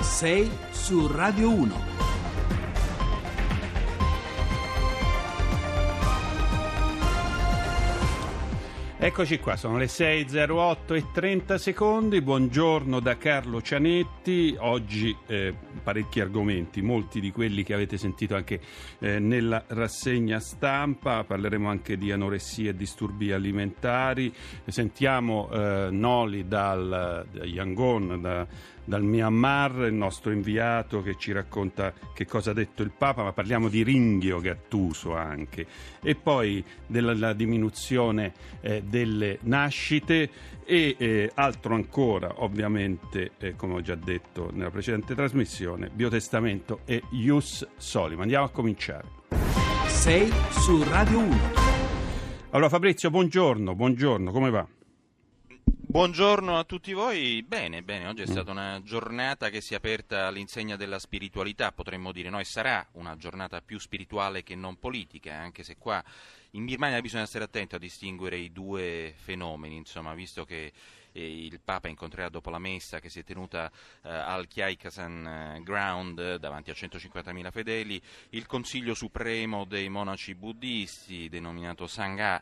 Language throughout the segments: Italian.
6 su Radio 1. Eccoci qua, sono le 6:08 e 30 secondi. Buongiorno da Carlo Cianetti. Oggi parecchi argomenti, molti di quelli che avete sentito anche nella rassegna stampa. Parleremo anche di anoressia e disturbi alimentari. Sentiamo Noli dal Yangon, dal Myanmar, il nostro inviato che ci racconta che cosa ha detto il Papa, ma parliamo di Ringhio Gattuso anche, e poi della diminuzione delle nascite e altro ancora, ovviamente, come ho già detto nella precedente trasmissione, biotestamento e Ius Soli. Ma andiamo a cominciare. 6 su Radio 1. Allora Fabrizio, buongiorno, come va? Buongiorno a tutti voi. Bene, oggi è stata una giornata che si è aperta all'insegna della spiritualità, potremmo dire, no? E sarà una giornata più spirituale che non politica, anche se qua in Birmania bisogna stare attento a distinguere i due fenomeni, insomma, visto che il Papa incontrerà dopo la messa che si è tenuta al Kyaikhasan Ground davanti a 150.000 fedeli il Consiglio Supremo dei Monaci Buddisti, denominato Sangha,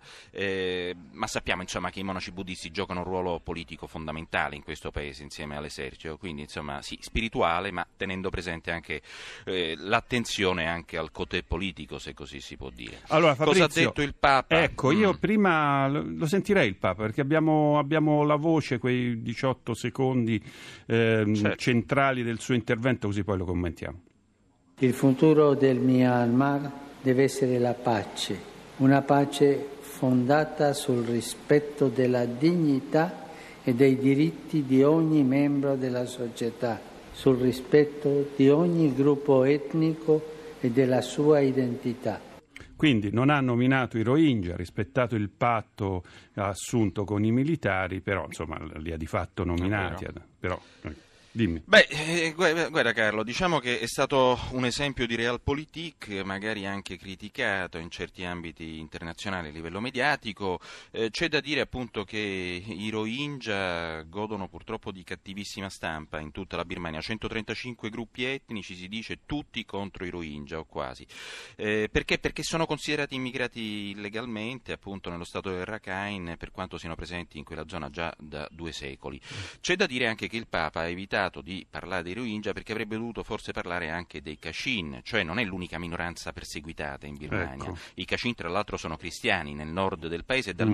ma sappiamo insomma che i monaci buddisti giocano un ruolo politico fondamentale in questo paese insieme all'esercito, quindi insomma sì, spirituale, ma tenendo presente anche l'attenzione anche al cotè politico, se così si può dire. Allora, Fabrizio, cosa ha detto il Papa? Ecco, io prima lo sentirei il Papa, perché abbiamo la voce, quei 18 secondi certo, centrali del suo intervento, così poi lo commentiamo. Il futuro del Myanmar deve essere la pace, una pace fondata sul rispetto della dignità e dei diritti di ogni membro della società, sul rispetto di ogni gruppo etnico e della sua identità. Quindi non ha nominato i Rohingya, ha rispettato il patto assunto con i militari, però insomma li ha di fatto nominati. Però, dimmi. Guarda Carlo, diciamo che è stato un esempio di realpolitik, magari anche criticato in certi ambiti internazionali a livello mediatico. C'è da dire appunto che i Rohingya godono purtroppo di cattivissima stampa in tutta la Birmania. 135 gruppi etnici, si dice, tutti contro i Rohingya o quasi. Perché? Perché sono considerati immigrati illegalmente appunto nello stato del Rakhine, per quanto siano presenti in quella zona già da 2 secoli. C'è da dire anche che il Papa ha evitato di parlare dei Rohingya perché avrebbe dovuto forse parlare anche dei Kachin, cioè non è l'unica minoranza perseguitata in Birmania. Ecco. I Kachin tra l'altro sono cristiani nel nord del paese e dal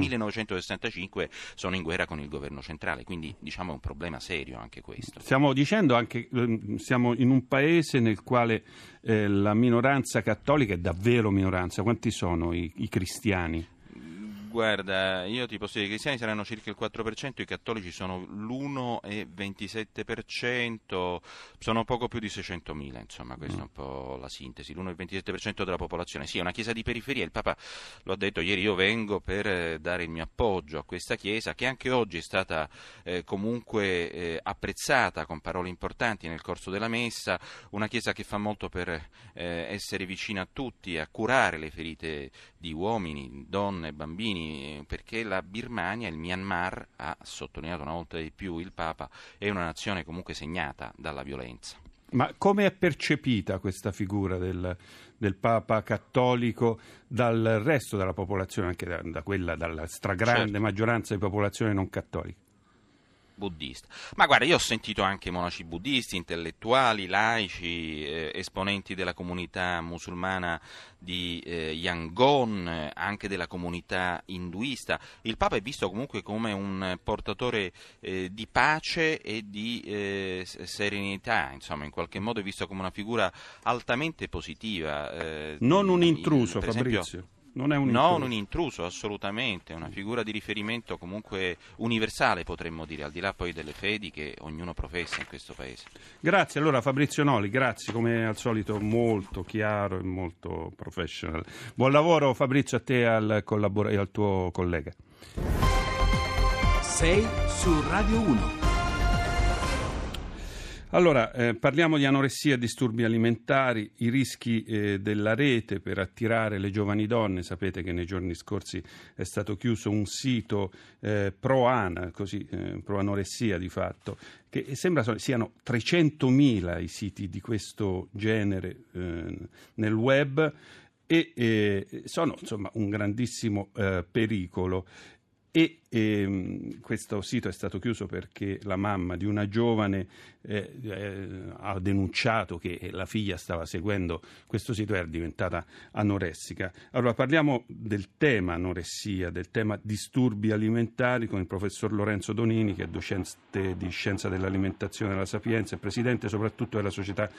1965 sono in guerra con il governo centrale, quindi diciamo è un problema serio anche questo. Stiamo dicendo anche, siamo in un paese nel quale la minoranza cattolica è davvero minoranza. Quanti sono i cristiani? Guarda, io ti posso dire che i cristiani saranno circa il 4%, i cattolici sono l'1,27%, sono poco più di 600.000, insomma, questa è un po' la sintesi, l'1,27% della popolazione. Sì, è una chiesa di periferia, il Papa lo ha detto ieri, io vengo per dare il mio appoggio a questa chiesa, che anche oggi è stata comunque apprezzata con parole importanti nel corso della messa, una chiesa che fa molto per essere vicina a tutti, a curare le ferite di uomini, donne, bambini, perché la Birmania, il Myanmar, ha sottolineato una volta di più il Papa, è una nazione comunque segnata dalla violenza. Ma come è percepita questa figura del Papa cattolico dal resto della popolazione, anche dalla stragrande maggioranza di popolazione non cattolica? Buddista. Ma guarda, io ho sentito anche monaci buddisti, intellettuali, laici, esponenti della comunità musulmana di Yangon, anche della comunità induista. Il Papa è visto comunque come un portatore di pace e di serenità, insomma, in qualche modo è visto come una figura altamente positiva. Non un intruso, per esempio, Fabrizio. Non è un no, intruso. non intruso, assolutamente, è una figura di riferimento comunque universale, potremmo dire, al di là poi delle fedi che ognuno professa in questo paese. Grazie, allora Fabrizio Noli, grazie, come al solito molto chiaro e molto professional. Buon lavoro Fabrizio a te e al tuo collega. 6 su Radio 1. Allora, parliamo di anoressia e disturbi alimentari, i rischi della rete per attirare le giovani donne. Sapete che nei giorni scorsi è stato chiuso un sito pro-ana, pro-anoressia di fatto, che sembra siano 300.000 i siti di questo genere nel web e sono insomma un grandissimo pericolo. E questo sito è stato chiuso perché la mamma di una giovane ha denunciato che la figlia stava seguendo questo sito e era diventata anoressica. Allora parliamo del tema anoressia, del tema disturbi alimentari con il professor Lorenzo Donini, che è docente di scienza dell'alimentazione della Sapienza e presidente soprattutto della società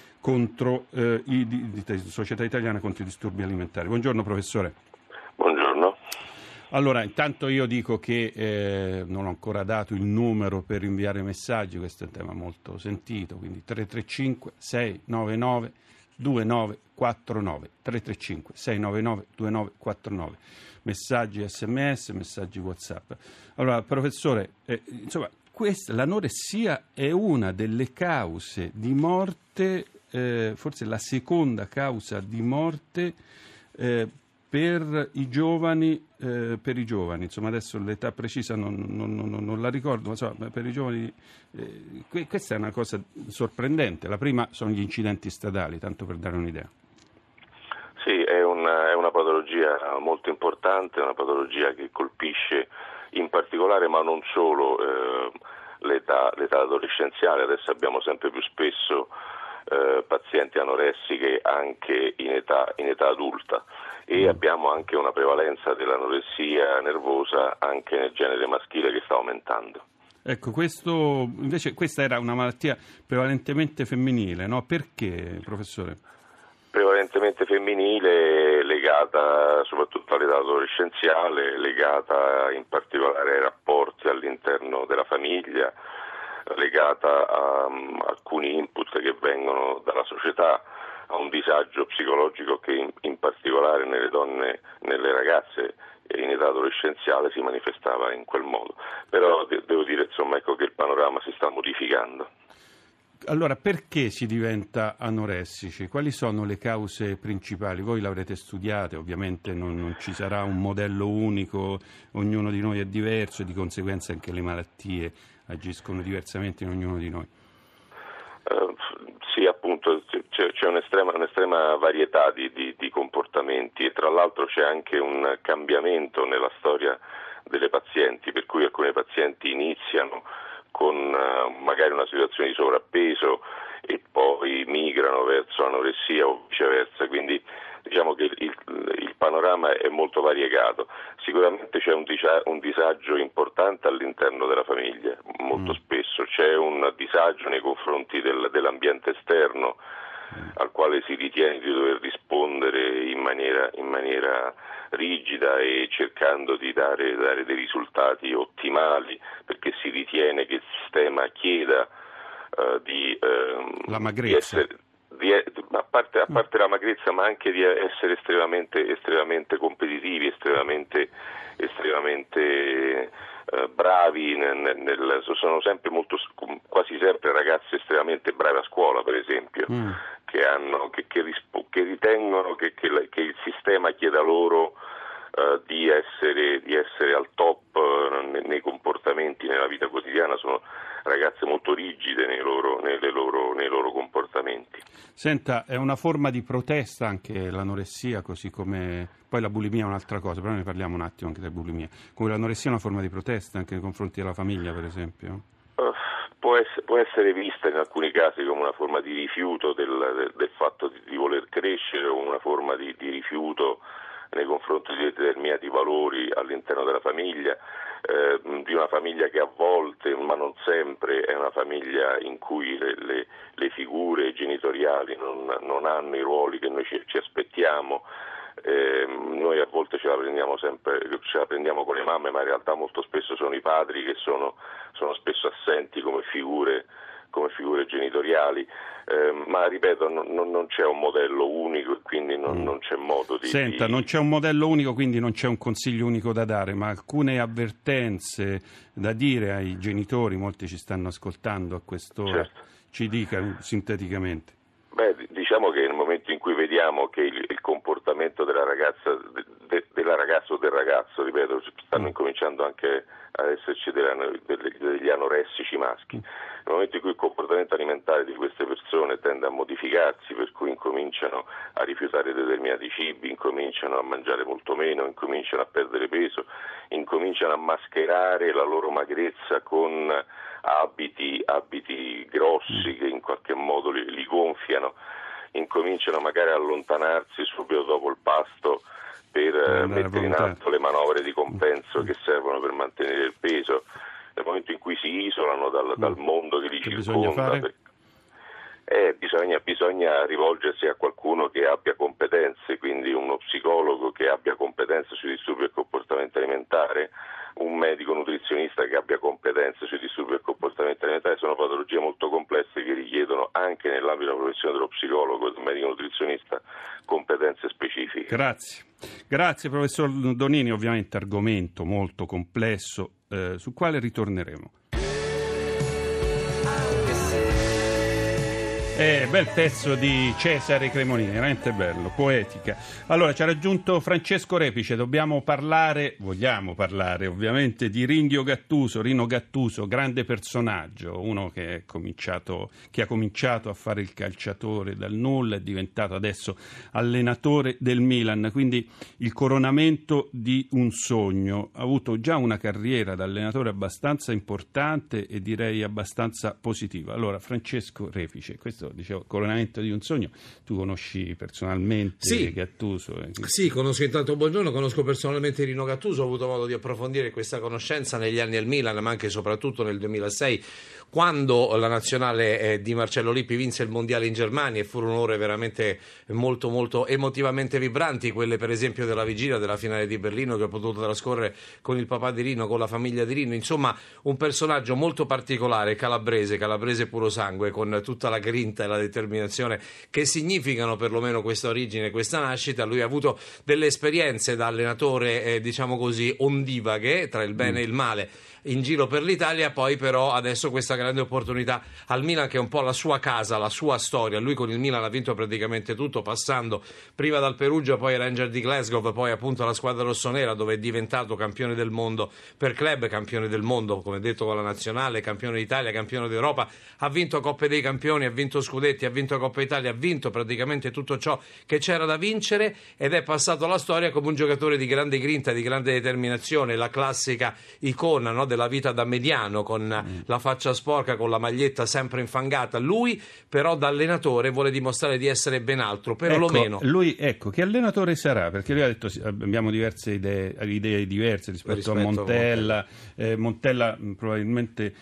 Società Italiana contro i disturbi alimentari. Buongiorno professore. Buongiorno. Allora, intanto io dico che non ho ancora dato il numero per inviare messaggi, questo è un tema molto sentito, quindi 335 699 2949, 335 699 2949, messaggi SMS, messaggi WhatsApp. Allora, professore, insomma, l'anoressia è una delle cause di morte, forse la seconda causa di morte per i giovani, insomma adesso l'età precisa non la ricordo, ma insomma per i giovani questa è una cosa sorprendente. La prima sono gli incidenti stradali, tanto per dare un'idea. Sì, è una patologia molto importante, è una patologia che colpisce in particolare, ma non solo, l'età adolescenziale. Adesso abbiamo sempre più spesso pazienti anoressiche anche in età adulta e abbiamo anche una prevalenza dell'anoressia nervosa anche nel genere maschile che sta aumentando. Ecco, questa era una malattia prevalentemente femminile, no? Perché, professore? Prevalentemente femminile, legata soprattutto all'età adolescenziale, legata in particolare ai rapporti all'interno della famiglia, legata a alcuni input che vengono dalla società, a un disagio psicologico che in particolare nelle donne, nelle ragazze in età adolescenziale si manifestava in quel modo. Però devo dire che il panorama si sta modificando. Allora, perché si diventa anoressici? Quali sono le cause principali? Voi l'avrete studiate, ovviamente non ci sarà un modello unico, ognuno di noi è diverso e di conseguenza anche le malattie agiscono diversamente in ognuno di noi. Sì, appunto, c'è un'estrema varietà di comportamenti e tra l'altro c'è anche un cambiamento nella storia delle pazienti, per cui alcune pazienti iniziano con magari una situazione di sovrappeso e poi migrano verso anoressia o viceversa, quindi diciamo che il panorama è molto variegato. Sicuramente c'è un disagio importante all'interno della famiglia, molto spesso c'è un disagio nei confronti dell'ambiente esterno al quale si ritiene di dover rispondere in maniera rigida e cercando di dare dei risultati ottimali, perché si ritiene che il sistema chieda la magrezza. A parte la magrezza, ma anche di essere estremamente competitivi, estremamente bravi sono sempre quasi sempre ragazzi estremamente bravi a scuola, per esempio, che ritengono che il sistema chieda loro di essere al top nei comportamenti nella vita quotidiana. Sono ragazze molto rigide nei loro comportamenti. Senta, è una forma di protesta anche l'anoressia, così come poi la bulimia è un'altra cosa, però ne parliamo un attimo anche della bulimia. Come l'anoressia è una forma di protesta anche nei confronti della famiglia, per esempio? Può essere vista in alcuni casi come una forma di rifiuto del fatto di voler crescere, o una forma di rifiuto nei confronti di determinati valori all'interno della famiglia, di una famiglia che a volte, ma non sempre, è una famiglia in cui le figure genitoriali non hanno i ruoli che noi ci aspettiamo. Noi a volte ce la prendiamo con le mamme, ma in realtà molto spesso sono i padri che sono spesso assenti come figure genitoriali, ma ripeto, non c'è un modello unico e quindi non c'è modo di... Senta, non c'è un modello unico, quindi non c'è un consiglio unico da dare, ma alcune avvertenze da dire ai genitori, molti ci stanno ascoltando a quest'ora. Certo. ci dica sinteticamente. Diciamo che nel momento in cui vediamo che il comportamento della ragazza, della ragazza o del ragazzo, ripeto, stanno incominciando anche ad esserci degli anoressici maschi, nel momento in cui il comportamento alimentare di queste persone tende a modificarsi, per cui incominciano a rifiutare determinati cibi, incominciano a mangiare molto meno, incominciano a perdere peso, incominciano a mascherare la loro magrezza con abiti grossi che in qualche modo li gonfiano, incominciano magari a allontanarsi subito dopo il pasto per mettere in atto le manovre di compenso che servono per mantenere il peso. Nel momento in cui si isolano dal mondo che li circonda, bisogna rivolgersi a qualcuno che abbia competenze, quindi uno psicologo che abbia competenze sui disturbi del comportamento alimentare, un medico nutrizionista che abbia competenze sui disturbi del comportamento alimentare. Sono patologie molto complesse che richiedono anche nell'ambito della professione dello psicologo e del medico nutrizionista competenze specifiche. Grazie professor Donini, ovviamente argomento molto complesso sul quale ritorneremo. Bel pezzo di Cesare Cremonini, veramente bello, poetica. Allora, ci ha raggiunto Francesco Repice, vogliamo parlare ovviamente di Rino Gattuso, grande personaggio, uno che ha cominciato a fare il calciatore dal nulla, è diventato adesso allenatore del Milan, quindi il coronamento di un sogno. Ha avuto già una carriera da allenatore abbastanza importante e direi abbastanza positiva. Allora, Francesco Repice, questo dicevo, coronamento di un sogno, tu conosci personalmente Gattuso? Sì, conosco intanto conosco personalmente Rino Gattuso, ho avuto modo di approfondire questa conoscenza negli anni al Milan, ma anche e soprattutto nel 2006, quando la nazionale di Marcello Lippi vinse il mondiale in Germania, e furono ore veramente molto molto emotivamente vibranti, quelle per esempio della vigilia della finale di Berlino che ho potuto trascorrere con il papà di Rino, con la famiglia di Rino, insomma un personaggio molto particolare, calabrese puro sangue, con tutta la grinta e la determinazione che significano perlomeno questa origine, questa nascita. Lui ha avuto delle esperienze da allenatore diciamo così ondivaghe tra il bene e il male in giro per l'Italia, poi però adesso questa grande opportunità al Milan, che è un po' la sua casa, la sua storia. Lui con il Milan ha vinto praticamente tutto, passando prima dal Perugia, poi ai Rangers di Glasgow, poi appunto alla squadra rossonera, dove è diventato campione del mondo per club, campione del mondo come detto con la nazionale, campione d'Italia, campione d'Europa, ha vinto Coppe dei Campioni, ha vinto scudetti, ha vinto Coppa Italia, ha vinto praticamente tutto ciò che c'era da vincere, ed è passato alla storia come un giocatore di grande grinta, di grande determinazione, la classica icona, no, della vita da mediano, con la faccia sporca, con la maglietta sempre infangata. Lui però da allenatore vuole dimostrare di essere ben altro, perlomeno. Lui che allenatore sarà? Perché lui ha detto abbiamo diverse idee diverse rispetto a Montella. Montella probabilmente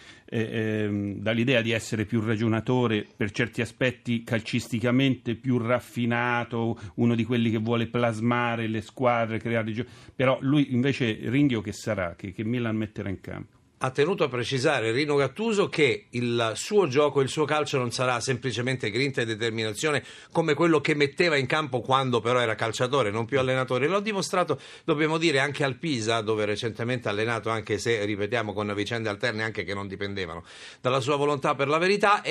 dall'idea di essere più ragionatore, per certi aspetti calcisticamente più raffinato, uno di quelli che vuole plasmare le squadre, creare però lui invece Ringhio che sarà? Che Milan metterà in campo? Ha tenuto a precisare Rino Gattuso che il suo gioco, il suo calcio non sarà semplicemente grinta e determinazione come quello che metteva in campo quando però era calciatore, non più allenatore. L'ho dimostrato, dobbiamo dire, anche al Pisa, dove recentemente ha allenato, anche se ripetiamo con vicende alterne anche che non dipendevano dalla sua volontà per la verità,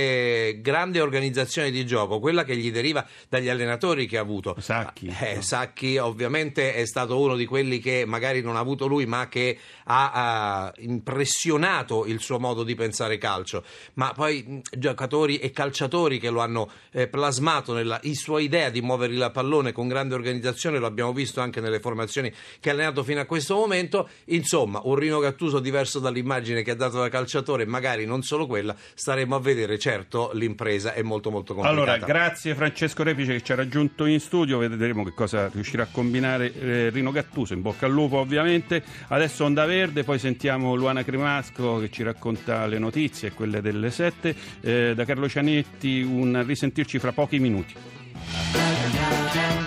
e grande organizzazione di gioco, quella che gli deriva dagli allenatori che ha avuto. Sacchi ovviamente è stato uno di quelli che magari non ha avuto lui, ma che ha impressionato il suo modo di pensare calcio, ma poi giocatori e calciatori che lo hanno plasmato nella sua idea di muovere il pallone con grande organizzazione, lo abbiamo visto anche nelle formazioni che ha allenato fino a questo momento. Insomma, un Rino Gattuso diverso dall'immagine che ha dato da calciatore, magari non solo quella, staremo a vedere. Certo, l'impresa è molto molto complicata. Allora, grazie Francesco Repice che ci ha raggiunto in studio, vedremo che cosa riuscirà a combinare Rino Gattuso, in bocca al lupo ovviamente. Adesso Onda Verde, poi sentiamo Luana Cremasco che ci racconta le notizie, quelle delle 7, da Carlo Cianetti, un risentirci fra pochi minuti.